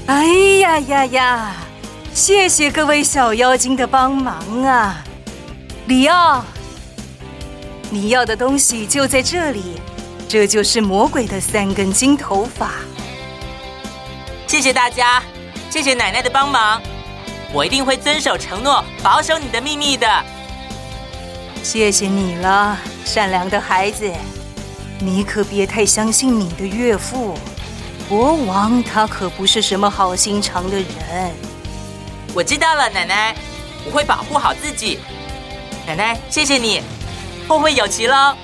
哎呀呀呀！谢谢各位小妖精的帮忙啊！里奥，你要的东西就在这里，这就是魔鬼的3根金头发。 谢谢大家，谢谢奶奶的帮忙，我一定会遵守承诺，保守你的秘密的。 谢谢你了，善良的孩子。你可别太相信你的岳父，国王他可不是什么好心肠的人。 我知道了，奶奶，我会保护好自己。奶奶，谢谢你，后会有期喽。